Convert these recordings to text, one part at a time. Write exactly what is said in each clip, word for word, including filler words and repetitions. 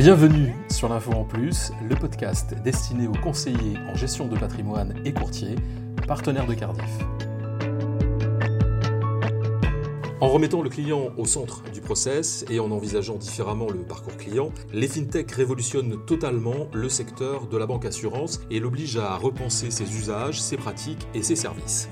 Bienvenue sur l'Info en Plus, le podcast destiné aux conseillers en gestion de patrimoine et courtiers, partenaires de Cardif. En remettant le client au centre du process et en envisageant différemment le parcours client, les fintech révolutionnent totalement le secteur de la banque assurance et l'obligent à repenser ses usages, ses pratiques et ses services.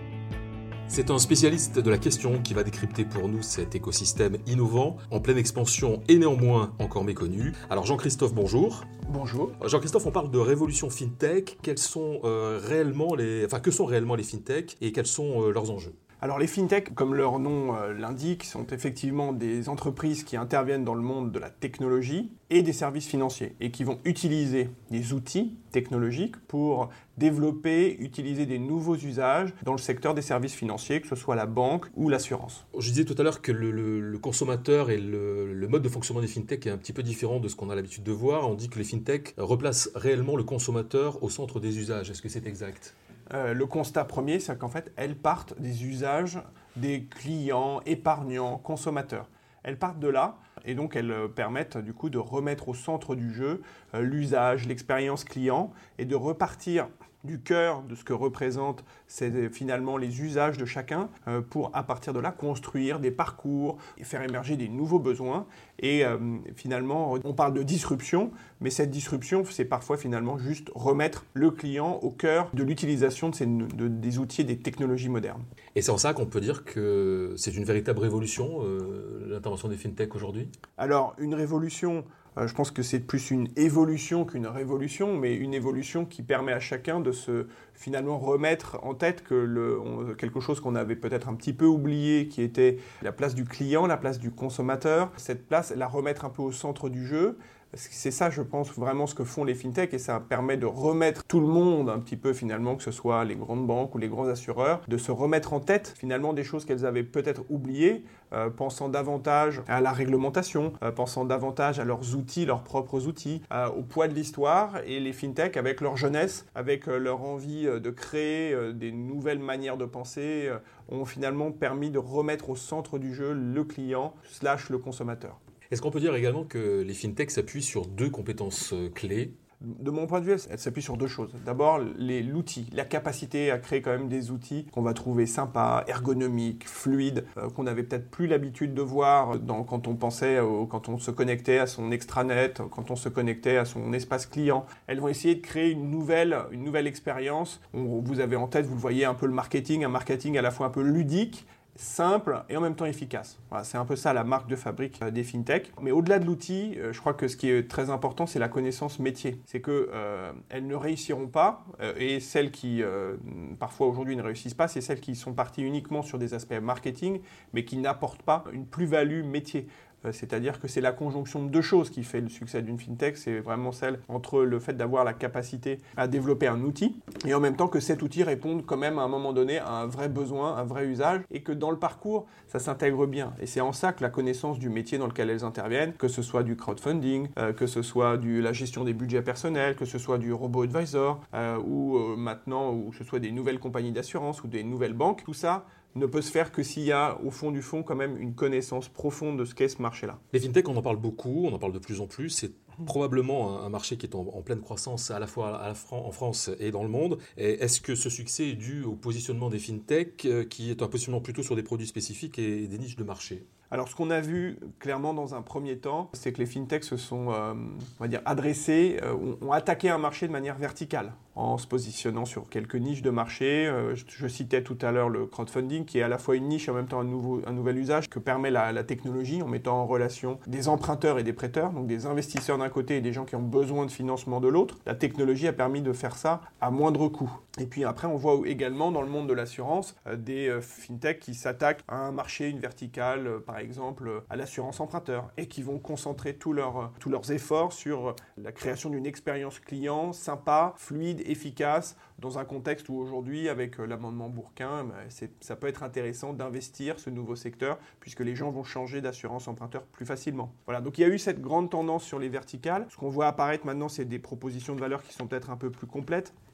C'est un spécialiste de la question qui va décrypter pour nous cet écosystème innovant, en pleine expansion et néanmoins encore méconnu. Alors Jean-Christophe, bonjour. Bonjour. Jean-Christophe, on parle de révolution fintech. Quels sont euh, réellement les, enfin, que sont réellement les fintech et quels sont euh, leurs enjeux ? Alors les fintech, comme leur nom euh, l'indique, sont effectivement des entreprises qui interviennent dans le monde de la technologie et des services financiers et qui vont utiliser des outils technologiques pour développer, utiliser des nouveaux usages dans le secteur des services financiers, que ce soit la banque ou l'assurance. Je disais tout à l'heure que le, le, le consommateur et le, le mode de fonctionnement des fintech est un petit peu différent de ce qu'on a l'habitude de voir. On dit que les fintech replacent réellement le consommateur au centre des usages. Est-ce que c'est exact ? Euh, le constat premier, c'est qu'en fait, elles partent des usages des clients, épargnants, consommateurs. Elles partent de là et donc elles euh, permettent du coup de remettre au centre du jeu euh, l'usage, l'expérience client et de repartir du cœur de ce que représentent c'est finalement les usages de chacun euh, pour à partir de là construire des parcours et faire émerger des nouveaux besoins. Et euh, finalement, on parle de disruption, mais cette disruption, c'est parfois finalement juste remettre le client au cœur de l'utilisation de ces, de, des outils et des technologies modernes. Et c'est en ça qu'on peut dire que c'est une véritable révolution, euh, l'intervention des fintech aujourd'hui ? Alors, une révolution... Euh, je pense que c'est plus une évolution qu'une révolution, mais une évolution qui permet à chacun de se finalement remettre en tête que le, on, quelque chose qu'on avait peut-être un petit peu oublié, qui était la place du client, la place du consommateur. Cette place, la remettre un peu au centre du jeu. C'est ça, je pense, vraiment ce que font les fintech et ça permet de remettre tout le monde un petit peu finalement, que ce soit les grandes banques ou les grands assureurs, de se remettre en tête finalement des choses qu'elles avaient peut-être oubliées, euh, pensant davantage à la réglementation, euh, pensant davantage à leurs outils, leurs propres outils, euh, au poids de l'histoire. Et les fintech, avec leur jeunesse, avec euh, leur envie euh, de créer euh, des nouvelles manières de penser, euh, ont finalement permis de remettre au centre du jeu le client slash le consommateur. Est-ce qu'on peut dire également que les fintech s'appuient sur deux compétences clés ? De mon point de vue, elle s'appuie sur deux choses. D'abord, les, l'outil, la capacité à créer quand même des outils qu'on va trouver sympas, ergonomiques, fluides, euh, qu'on n'avait peut-être plus l'habitude de voir dans, quand on pensait, au, quand on se connectait à son extranet, quand on se connectait à son espace client. Elles vont essayer de créer une nouvelle, une nouvelle expérience. On, vous avez en tête, vous le voyez, un peu le marketing, un marketing à la fois un peu ludique, simple et en même temps efficace. Voilà, c'est un peu ça la marque de fabrique des fintech. Mais au-delà de l'outil, je crois que ce qui est très important, c'est la connaissance métier. C'est qu'elles euh, ne réussiront pas, euh, et celles qui, euh, parfois aujourd'hui ne réussissent pas, c'est celles qui sont parties uniquement sur des aspects marketing, mais qui n'apportent pas une plus-value métier. C'est-à-dire que c'est la conjonction de deux choses qui fait le succès d'une fintech. C'est vraiment celle entre le fait d'avoir la capacité à développer un outil et en même temps que cet outil réponde quand même à un moment donné à un vrai besoin, un vrai usage et que dans le parcours, ça s'intègre bien. Et c'est en ça que la connaissance du métier dans lequel elles interviennent, que ce soit du crowdfunding, euh, que ce soit de la gestion des budgets personnels, que ce soit du robo-advisor euh, ou euh, maintenant, ou que ce soit des nouvelles compagnies d'assurance ou des nouvelles banques, tout ça ne peut se faire que s'il y a au fond du fond quand même une connaissance profonde de ce qu'est ce marché-là. Les fintech, on en parle beaucoup, on en parle de plus en plus. C'est probablement un, un marché qui est en, en pleine croissance à la fois à la Fran- en France et dans le monde. Et est-ce que ce succès est dû au positionnement des fintech, euh, qui est un positionnement plutôt sur des produits spécifiques et, et des niches de marché ? Alors, ce qu'on a vu clairement dans un premier temps, c'est que les fintechs se sont, euh, on va dire, adressés, euh, ont, ont attaqué un marché de manière verticale, en se positionnant sur quelques niches de marché. Euh, je, je citais tout à l'heure le crowdfunding, qui est à la fois une niche et en même temps un, nouveau, un nouvel usage que permet la, la technologie, en mettant en relation des emprunteurs et des prêteurs, donc des investisseurs d'un côté et des gens qui ont besoin de financement de l'autre. La technologie a permis de faire ça à moindre coût. Et puis après, on voit également dans le monde de l'assurance euh, des euh, fintechs qui s'attaquent à un marché, une verticale, euh, par exemple euh, à l'assurance emprunteur, et qui vont concentrer tous leurs, euh, tous leurs efforts sur euh, la création d'une expérience client sympa, fluide, efficace, dans un contexte où aujourd'hui, avec euh, l'amendement Bourquin, bah, c'est, ça peut être intéressant d'investir ce nouveau secteur, puisque les gens vont changer d'assurance emprunteur plus facilement. Voilà, donc il y a eu cette grande tendance sur les verticales. Ce qu'on voit apparaître maintenant, c'est des propositions de valeur qui sont peut-être un peu plus complètes.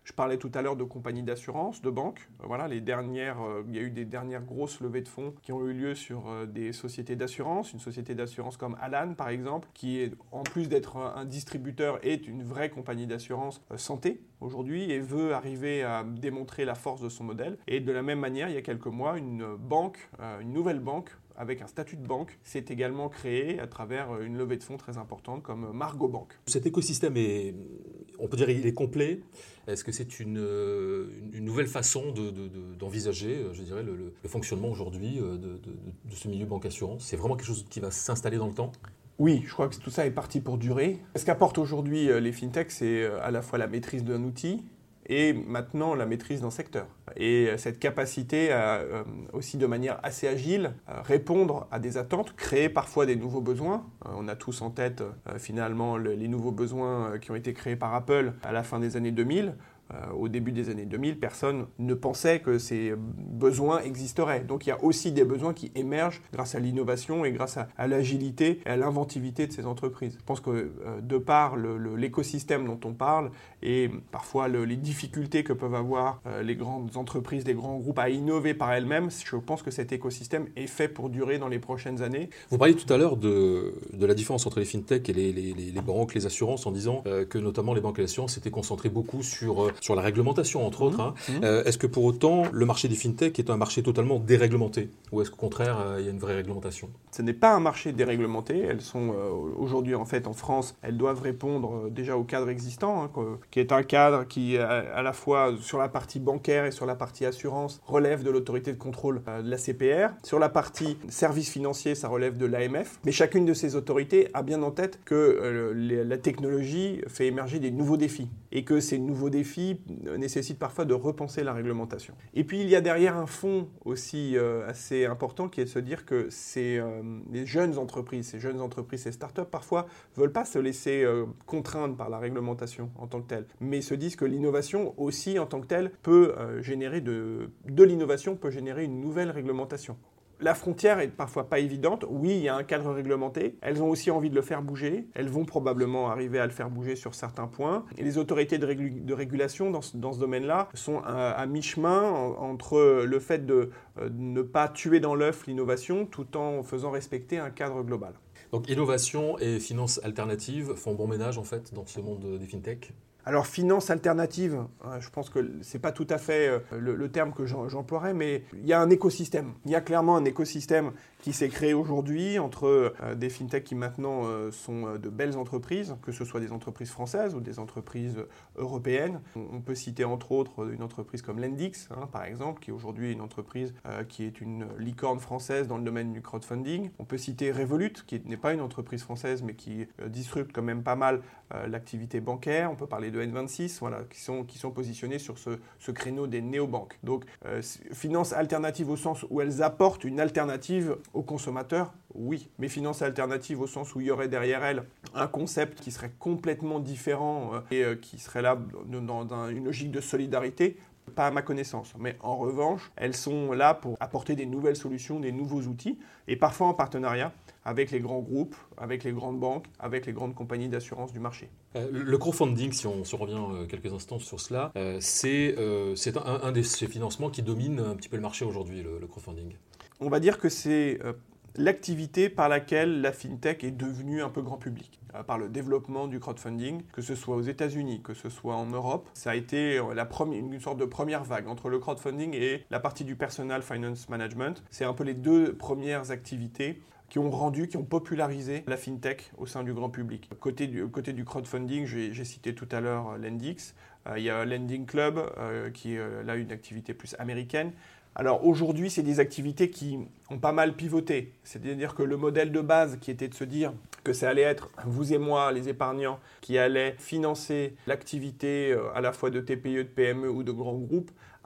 Je parlais tout à l'heure de compagnies d'assurance, de banques. Voilà, les dernières, euh, il y a eu des dernières grosses levées de fonds qui ont eu lieu sur euh, des sociétés d'assurance. Une société d'assurance comme Alan, par exemple, qui est, en plus d'être un, un distributeur, est une vraie compagnie d'assurance euh, santé aujourd'hui et veut arriver à démontrer la force de son modèle. Et de la même manière, il y a quelques mois, une banque, euh, une nouvelle banque, avec un statut de banque, s'est également créé à travers une levée de fonds très importante comme Margo Bank. Cet écosystème est, on peut dire, il est complet. Est-ce que c'est une, une nouvelle façon de, de, de, d'envisager, je dirais, le, le fonctionnement aujourd'hui de, de, de ce milieu banque-assurance ? C'est vraiment quelque chose qui va s'installer dans le temps ? Oui, je crois que tout ça est parti pour durer. Ce qu'apportent aujourd'hui les fintechs, c'est à la fois la maîtrise d'un outil, et maintenant la maîtrise d'un secteur. Et cette capacité à, euh, aussi de manière assez agile, à répondre à des attentes, créer parfois des nouveaux besoins. Euh, on a tous en tête euh, finalement le, les nouveaux besoins qui ont été créés par Apple à la fin des années deux mille. Euh, au début des années deux mille, personne ne pensait que ces besoins existeraient. Donc il y a aussi des besoins qui émergent grâce à l'innovation et grâce à, à l'agilité et à l'inventivité de ces entreprises. Je pense que euh, de par le, le, l'écosystème dont on parle et parfois le, les difficultés que peuvent avoir euh, les grandes entreprises, les grands groupes à innover par elles-mêmes, je pense que cet écosystème est fait pour durer dans les prochaines années. Vous parliez tout à l'heure de, de la différence entre les fintechs et les, les, les, les banques, les assurances, en disant euh, que notamment les banques et les assurances s'étaient concentrées beaucoup sur... Euh, sur la réglementation, entre mmh, autres. Hein. Mmh. Euh, est-ce que pour autant, le marché des fintech est un marché totalement déréglementé ? Ou est-ce qu'au contraire, euh, il y a une vraie réglementation ? Ce n'est pas un marché déréglementé. Elles sont euh, aujourd'hui, en fait, en France, elles doivent répondre euh, déjà au cadre existant, hein, que, qui est un cadre qui, à, à la fois sur la partie bancaire et sur la partie assurance, relève de l'autorité de contrôle euh, de la C P R. Sur la partie services financiers, ça relève de l'A M F. Mais chacune de ces autorités a bien en tête que euh, les, la technologie fait émerger des nouveaux défis et que ces nouveaux défis nécessite parfois de repenser la réglementation. Et puis il y a derrière un fond aussi euh, assez important qui est de se dire que ces, euh, les jeunes entreprises, ces jeunes entreprises, ces startups parfois ne veulent pas se laisser euh, contraindre par la réglementation en tant que telle, mais se disent que l'innovation aussi en tant que telle peut euh, générer de, de l'innovation, peut générer une nouvelle réglementation. La frontière est parfois pas évidente. Oui, il y a un cadre réglementé. Elles ont aussi envie de le faire bouger. Elles vont probablement arriver à le faire bouger sur certains points. Et les autorités de, régul- de régulation dans ce, dans ce domaine-là sont à, à mi-chemin en, entre le fait de euh, ne pas tuer dans l'œuf l'innovation tout en faisant respecter un cadre global. Donc innovation et finances alternatives font bon ménage en fait dans ce monde des fintechs ? Alors, finance alternative, je pense que ce n'est pas tout à fait le, le terme que j'emploierais, mais il y a un écosystème. Il y a clairement un écosystème qui s'est créé aujourd'hui entre euh, des fintechs qui maintenant euh, sont de belles entreprises, que ce soit des entreprises françaises ou des entreprises européennes. On, on peut citer entre autres une entreprise comme Lendix, hein, par exemple, qui aujourd'hui est une entreprise euh, qui est une licorne française dans le domaine du crowdfunding. On peut citer Revolut, qui n'est pas une entreprise française, mais qui euh, disrupte quand même pas mal euh, l'activité bancaire. On peut parler de N vingt-six, voilà, qui sont, qui sont positionnés sur ce, ce créneau des néobanques. Donc, euh, finances alternatives au sens où elles apportent une alternative aux consommateurs, oui. Mais finances alternatives au sens où il y aurait derrière elles un concept qui serait complètement différent euh, et euh, qui serait là dans, dans une logique de solidarité, pas à ma connaissance. Mais en revanche, elles sont là pour apporter des nouvelles solutions, des nouveaux outils, et parfois en partenariat avec les grands groupes, avec les grandes banques, avec les grandes compagnies d'assurance du marché. Euh, le crowdfunding, si on se revient euh, quelques instants sur cela, euh, c'est, euh, c'est un, un de ces financements qui domine un petit peu le marché aujourd'hui, le, le crowdfunding. On va dire que c'est euh, l'activité par laquelle la fintech est devenue un peu grand public, euh, par le développement du crowdfunding, que ce soit aux États-Unis, que ce soit en Europe. Ça a été la première, une sorte de première vague entre le crowdfunding et la partie du personal finance management. C'est un peu les deux premières activités qui ont rendu, qui ont popularisé la fintech au sein du grand public. Côté du, côté du crowdfunding, j'ai, j'ai cité tout à l'heure Lendix. Euh, il y a Lending Club, euh, qui est euh, là une activité plus américaine. Alors aujourd'hui, c'est des activités qui ont pas mal pivoté. C'est-à-dire que le modèle de base qui était de se dire que ça allait être vous et moi, les épargnants, qui allaient financer l'activité à la fois de T P E, de P M E ou de grands groupes,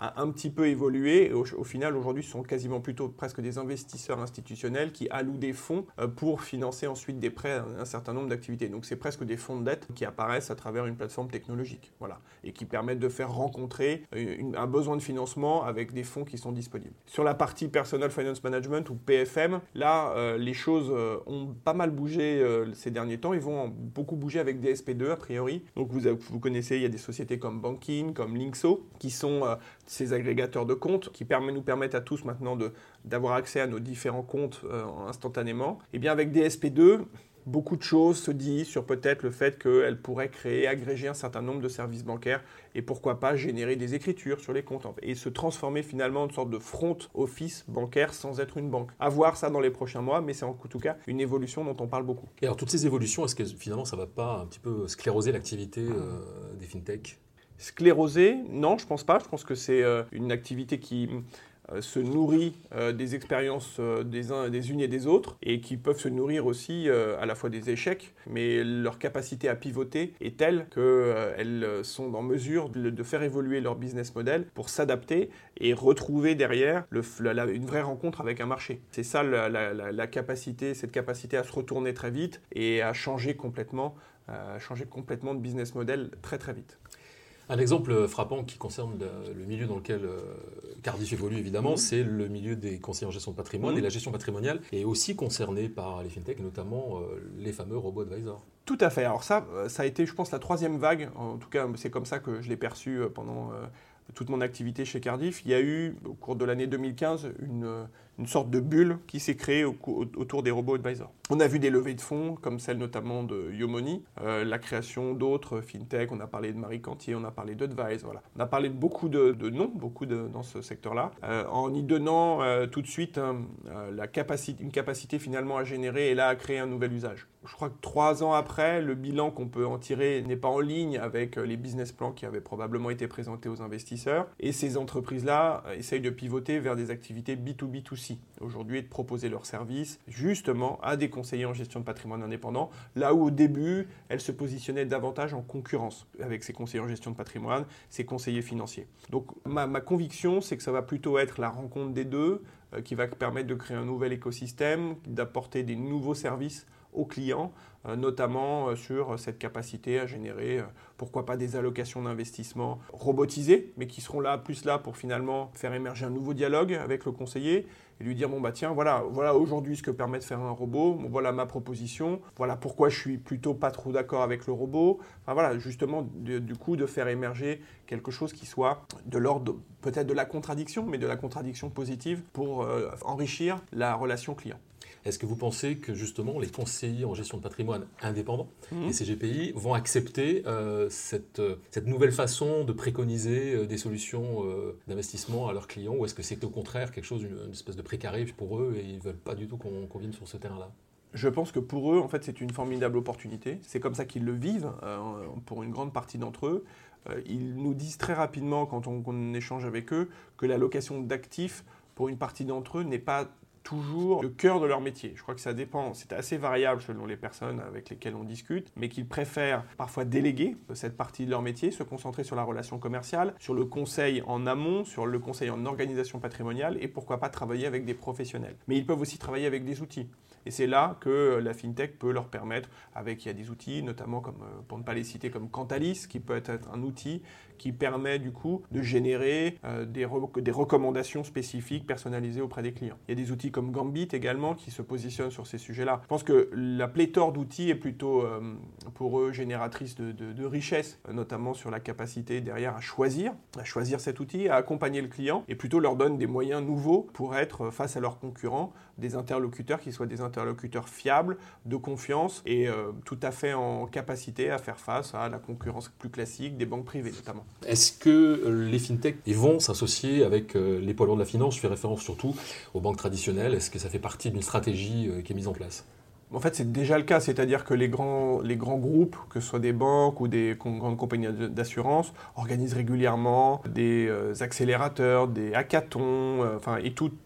a un petit peu évolué. Au, au final, aujourd'hui, ce sont quasiment plutôt presque des investisseurs institutionnels qui allouent des fonds pour financer ensuite des prêts à un certain nombre d'activités. Donc, c'est presque des fonds de dette qui apparaissent à travers une plateforme technologique, voilà, et qui permettent de faire rencontrer une, un besoin de financement avec des fonds qui sont disponibles. Sur la partie Personal Finance Management ou P F M, là, euh, les choses euh, ont pas mal bougé euh, ces derniers temps. Ils vont beaucoup bouger avec D S P deux, a priori. Donc, vous, vous connaissez, il y a des sociétés comme Bankin, comme Linkso, qui sont euh, ces agrégateurs de comptes qui permet, nous permettent à tous maintenant de, d'avoir accès à nos différents comptes euh, instantanément. Et bien, avec D S P deux, beaucoup de choses se disent sur peut-être le fait qu'elle pourrait créer, agréger un certain nombre de services bancaires et pourquoi pas générer des écritures sur les comptes et se transformer finalement en une sorte de front office bancaire sans être une banque. À voir ça dans les prochains mois, mais c'est en tout cas une évolution dont on parle beaucoup. Et alors toutes ces évolutions, est-ce que finalement ça ne va pas un petit peu scléroser l'activité euh, des fintech ? Scléroser, non, je ne pense pas. Je pense que c'est euh, une activité qui euh, se nourrit euh, des expériences euh, des uns, des unes et des autres et qui peuvent se nourrir aussi euh, à la fois des échecs, mais leur capacité à pivoter est telle qu'elles euh, sont en mesure de, de faire évoluer leur business model pour s'adapter et retrouver derrière le, la, une vraie rencontre avec un marché. C'est ça la, la, la, la capacité, cette capacité à se retourner très vite et à changer complètement, à changer complètement de business model très très vite. Un exemple frappant qui concerne le, le milieu dans lequel euh, Cardif évolue évidemment, mmh. c'est le milieu des conseillers en gestion de patrimoine mmh. et la gestion patrimoniale est aussi concernée par les fintechs, notamment euh, les fameux robo-advisors. Tout à fait. Alors ça, ça a été, je pense, la troisième vague. En tout cas, c'est comme ça que je l'ai perçu pendant euh, toute mon activité chez Cardif. Il y a eu, au cours de l'année deux mille quinze, une, une sorte de bulle qui s'est créée au, autour des robo-advisors. On a vu des levées de fonds, comme celle notamment de Yomoni, euh, la création d'autres fintech, on a parlé de Marie Cantier, on a parlé d'Advise, voilà. On a parlé de beaucoup de, de noms, beaucoup de, dans ce secteur-là, euh, en y donnant euh, tout de suite hein, euh, la capacité, une capacité finalement à générer et là à créer un nouvel usage. Je crois que trois ans après, le bilan qu'on peut en tirer n'est pas en ligne avec les business plans qui avaient probablement été présentés aux investisseurs. Et ces entreprises-là essayent de pivoter vers des activités B deux B deux C aujourd'hui et de proposer leurs services justement à des conseillers en gestion de patrimoine indépendants, là où au début, elles se positionnaient davantage en concurrence avec ces conseillers en gestion de patrimoine, ces conseillers financiers. Donc ma, ma conviction, c'est que ça va plutôt être la rencontre des deux euh, qui va permettre de créer un nouvel écosystème, d'apporter des nouveaux services aux clients, euh, notamment euh, sur cette capacité à générer, euh, pourquoi pas des allocations d'investissement robotisées, mais qui seront là, plus là pour finalement faire émerger un nouveau dialogue avec le conseiller et lui dire, bon bah tiens, voilà, voilà aujourd'hui ce que permet de faire un robot, bon, voilà ma proposition, voilà pourquoi je suis plutôt pas trop d'accord avec le robot, enfin voilà, justement de, du coup de faire émerger quelque chose qui soit de l'ordre peut-être de la contradiction, mais de la contradiction positive pour euh, enrichir la relation client. Est-ce que vous pensez que justement les conseillers en gestion de patrimoine indépendants, mmh. les C G P I, vont accepter euh, cette, cette nouvelle façon de préconiser euh, des solutions euh, d'investissement à leurs clients, ou est-ce que c'est au contraire quelque chose, une, une espèce de précaré pour eux et ils ne veulent pas du tout qu'on, qu'on vienne sur ce terrain-là ? Je pense que pour eux, en fait, c'est une formidable opportunité. C'est comme ça qu'ils le vivent euh, pour une grande partie d'entre eux. Euh, ils nous disent très rapidement, quand on, quand on échange avec eux, que la location d'actifs, pour une partie d'entre eux, n'est pas toujours le cœur de leur métier. Je crois que ça dépend, c'est assez variable selon les personnes avec lesquelles on discute, mais qu'ils préfèrent parfois déléguer cette partie de leur métier, se concentrer sur la relation commerciale, sur le conseil en amont, sur le conseil en organisation patrimoniale et pourquoi pas travailler avec des professionnels. Mais ils peuvent aussi travailler avec des outils. Et c'est là que la fintech peut leur permettre, avec il y a des outils, notamment comme, pour ne pas les citer, comme Cantalis, qui peut être un outil qui permet du coup de générer euh, des, re- des recommandations spécifiques personnalisées auprès des clients. Il y a des outils comme Gambit également qui se positionnent sur ces sujets-là. Je pense que la pléthore d'outils est plutôt euh, pour eux génératrice de, de, de richesse, notamment sur la capacité derrière à choisir, à choisir cet outil, à accompagner le client et plutôt leur donne des moyens nouveaux pour être face à leurs concurrents, des interlocuteurs qui soient des interlocuteurs fiables, de confiance et euh, tout à fait en capacité à faire face à la concurrence plus classique des banques privées notamment. Est-ce que les fintechs ils vont s'associer avec les poids lourds de la finance ? Je fais référence surtout aux banques traditionnelles. Est-ce que ça fait partie d'une stratégie qui est mise en place ? En fait, c'est déjà le cas, c'est-à-dire que les grands, les grands groupes, que ce soit des banques ou des grandes compagnies d'assurance, organisent régulièrement des euh, accélérateurs, des hackathons, euh, enfin, et tout,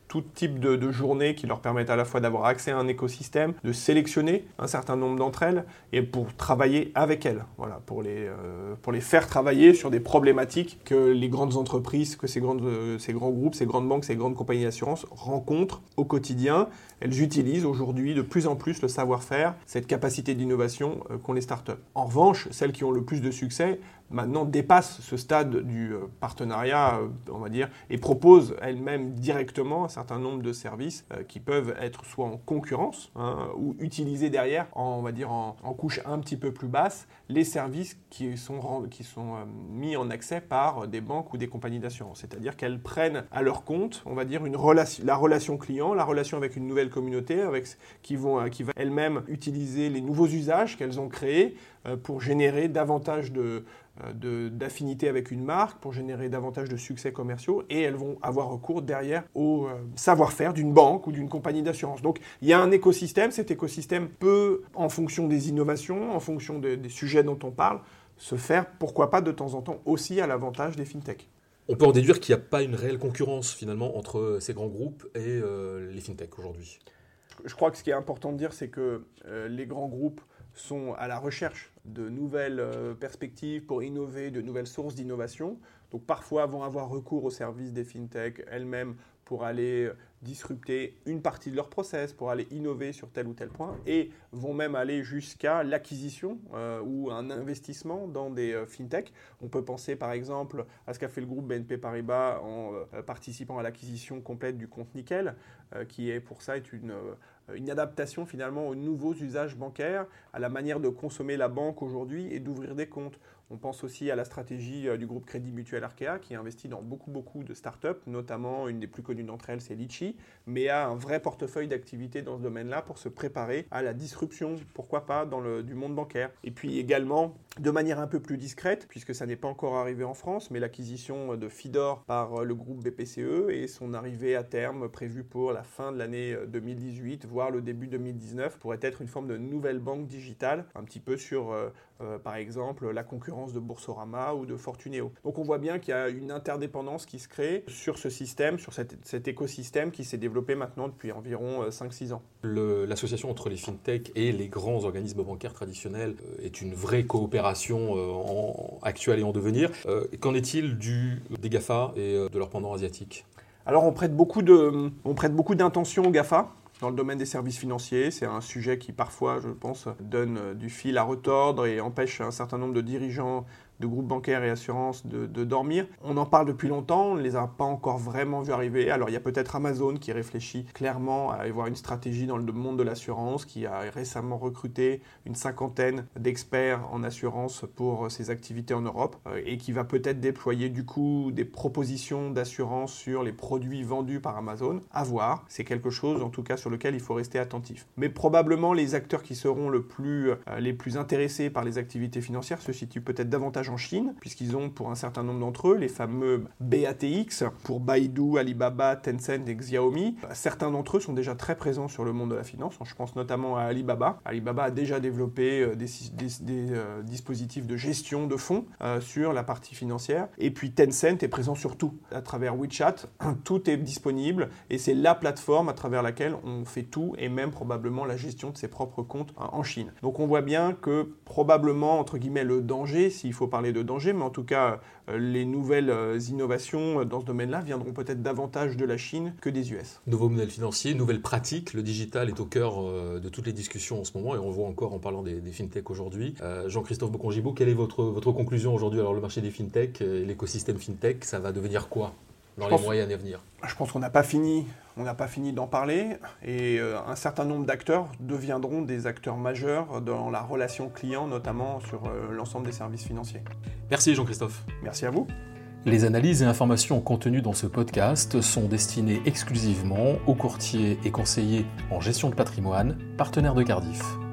tout type de, de journées qui leur permettent à la fois d'avoir accès à un écosystème, de sélectionner un certain nombre d'entre elles et pour travailler avec elles, voilà, pour les, euh, pour les faire travailler sur des problématiques que les grandes entreprises, que ces, grandes, euh, ces grands groupes, ces grandes banques, ces grandes compagnies d'assurance rencontrent au quotidien. Elles utilisent aujourd'hui de plus en plus le savoir-faire, cette capacité d'innovation euh, qu'ont les startups. En revanche, celles qui ont le plus de succès maintenant dépassent ce stade du euh, partenariat, euh, on va dire, et proposent elles-mêmes directement un certain nombre de services euh, qui peuvent être soit en concurrence hein, ou utiliser derrière, en, on va dire en, en couche un petit peu plus basse, les services qui sont, qui sont euh, mis en accès par des banques ou des compagnies d'assurance. C'est-à-dire qu'elles prennent à leur compte, on va dire, une relation, la relation client, la relation avec une nouvelle communauté, avec, qui, vont, euh, qui va elles-mêmes utiliser les nouveaux usages qu'elles ont créés euh, pour générer davantage de De, d'affinité avec une marque, pour générer davantage de succès commerciaux, et elles vont avoir recours derrière au euh, savoir-faire d'une banque ou d'une compagnie d'assurance. Donc il y a un écosystème, cet écosystème peut, en fonction des innovations, en fonction de, des sujets dont on parle, se faire, pourquoi pas de temps en temps, aussi à l'avantage des fintechs. On peut en déduire qu'il n'y a pas une réelle concurrence finalement entre ces grands groupes et euh, les fintechs aujourd'hui. Je crois que ce qui est important de dire, c'est que euh, les grands groupes sont à la recherche de nouvelles euh, perspectives pour innover, de nouvelles sources d'innovation. Donc parfois vont avoir recours aux services des fintechs elles-mêmes pour aller disrupter une partie de leur process, pour aller innover sur tel ou tel point, et vont même aller jusqu'à l'acquisition euh, ou un investissement dans des euh, fintechs. On peut penser par exemple à ce qu'a fait le groupe B N P Paribas en euh, participant à l'acquisition complète du compte Nickel, euh, qui est pour ça est une, euh, une adaptation finalement aux nouveaux usages bancaires, à la manière de consommer la banque aujourd'hui et d'ouvrir des comptes. On pense aussi à la stratégie du groupe Crédit Mutuel Arkea qui investit dans beaucoup, beaucoup de startups, notamment une des plus connues d'entre elles, c'est Litchi, mais a un vrai portefeuille d'activités dans ce domaine-là pour se préparer à la disruption, pourquoi pas, dans le, du monde bancaire. Et puis également, de manière un peu plus discrète, puisque ça n'est pas encore arrivé en France, mais l'acquisition de Fidor par le groupe B P C E et son arrivée à terme prévue pour la fin de l'année deux mille dix-huit, voire le début deux mille dix-neuf, pourrait être une forme de nouvelle banque digitale, un petit peu sur, euh, euh, par exemple, la concurrence de Boursorama ou de Fortuneo. Donc on voit bien qu'il y a une interdépendance qui se crée sur ce système, sur cet, cet écosystème qui s'est développé maintenant depuis environ cinq six ans. Le, l'association entre les fintechs et les grands organismes bancaires traditionnels est une vraie coopération euh, en, actuelle et en devenir. Euh, qu'en est-il du, des GAFA et euh, de leur pendant asiatique ? Alors on prête beaucoup de, on prête beaucoup d'intention aux GAFA. Dans le domaine des services financiers, c'est un sujet qui parfois, je pense, donne du fil à retordre et empêche un certain nombre de dirigeants de groupes bancaires et assurances de, de dormir. On en parle depuis longtemps, on ne les a pas encore vraiment vus arriver. Alors il y a peut-être Amazon qui réfléchit clairement à avoir une stratégie dans le monde de l'assurance, qui a récemment recruté une cinquantaine d'experts en assurance pour ses activités en Europe et qui va peut-être déployer du coup des propositions d'assurance sur les produits vendus par Amazon. À voir, c'est quelque chose en tout cas sur lequel il faut rester attentif. Mais probablement les acteurs qui seront le plus, euh, les plus intéressés par les activités financières se situent peut-être davantage en Chine, puisqu'ils ont pour un certain nombre d'entre eux les fameux B A T X pour Baidu, Alibaba, Tencent et Xiaomi. Certains d'entre eux sont déjà très présents sur le monde de la finance. Je pense notamment à Alibaba. Alibaba a déjà développé des, des, des euh, dispositifs de gestion de fonds euh, sur la partie financière. Et puis Tencent est présent sur tout. À travers WeChat, tout est disponible et c'est la plateforme à travers laquelle on fait tout et même probablement la gestion de ses propres comptes euh, en Chine. Donc on voit bien que probablement, entre guillemets, le danger, s'il faut parler de danger, mais en tout cas, euh, les nouvelles euh, innovations dans ce domaine-là viendront peut-être davantage de la Chine que des U S. Nouveaux modèles financiers, nouvelles pratiques, le digital est au cœur euh, de toutes les discussions en ce moment et on le voit encore en parlant des, des fintechs aujourd'hui. Euh, Jean-Christophe Bocon-Gibaud, quelle est votre, votre conclusion aujourd'hui ? Alors le marché des fintechs, euh, l'écosystème fintech, ça va devenir quoi dans je les pense, moyens à venir ? Je pense qu'on n'a pas fini. On n'a pas fini d'en parler et euh, un certain nombre d'acteurs deviendront des acteurs majeurs dans la relation client, notamment sur euh, l'ensemble des services financiers. Merci Jean-Christophe. Merci à vous. Les analyses et informations contenues dans ce podcast sont destinées exclusivement aux courtiers et conseillers en gestion de patrimoine, partenaires de Cardif.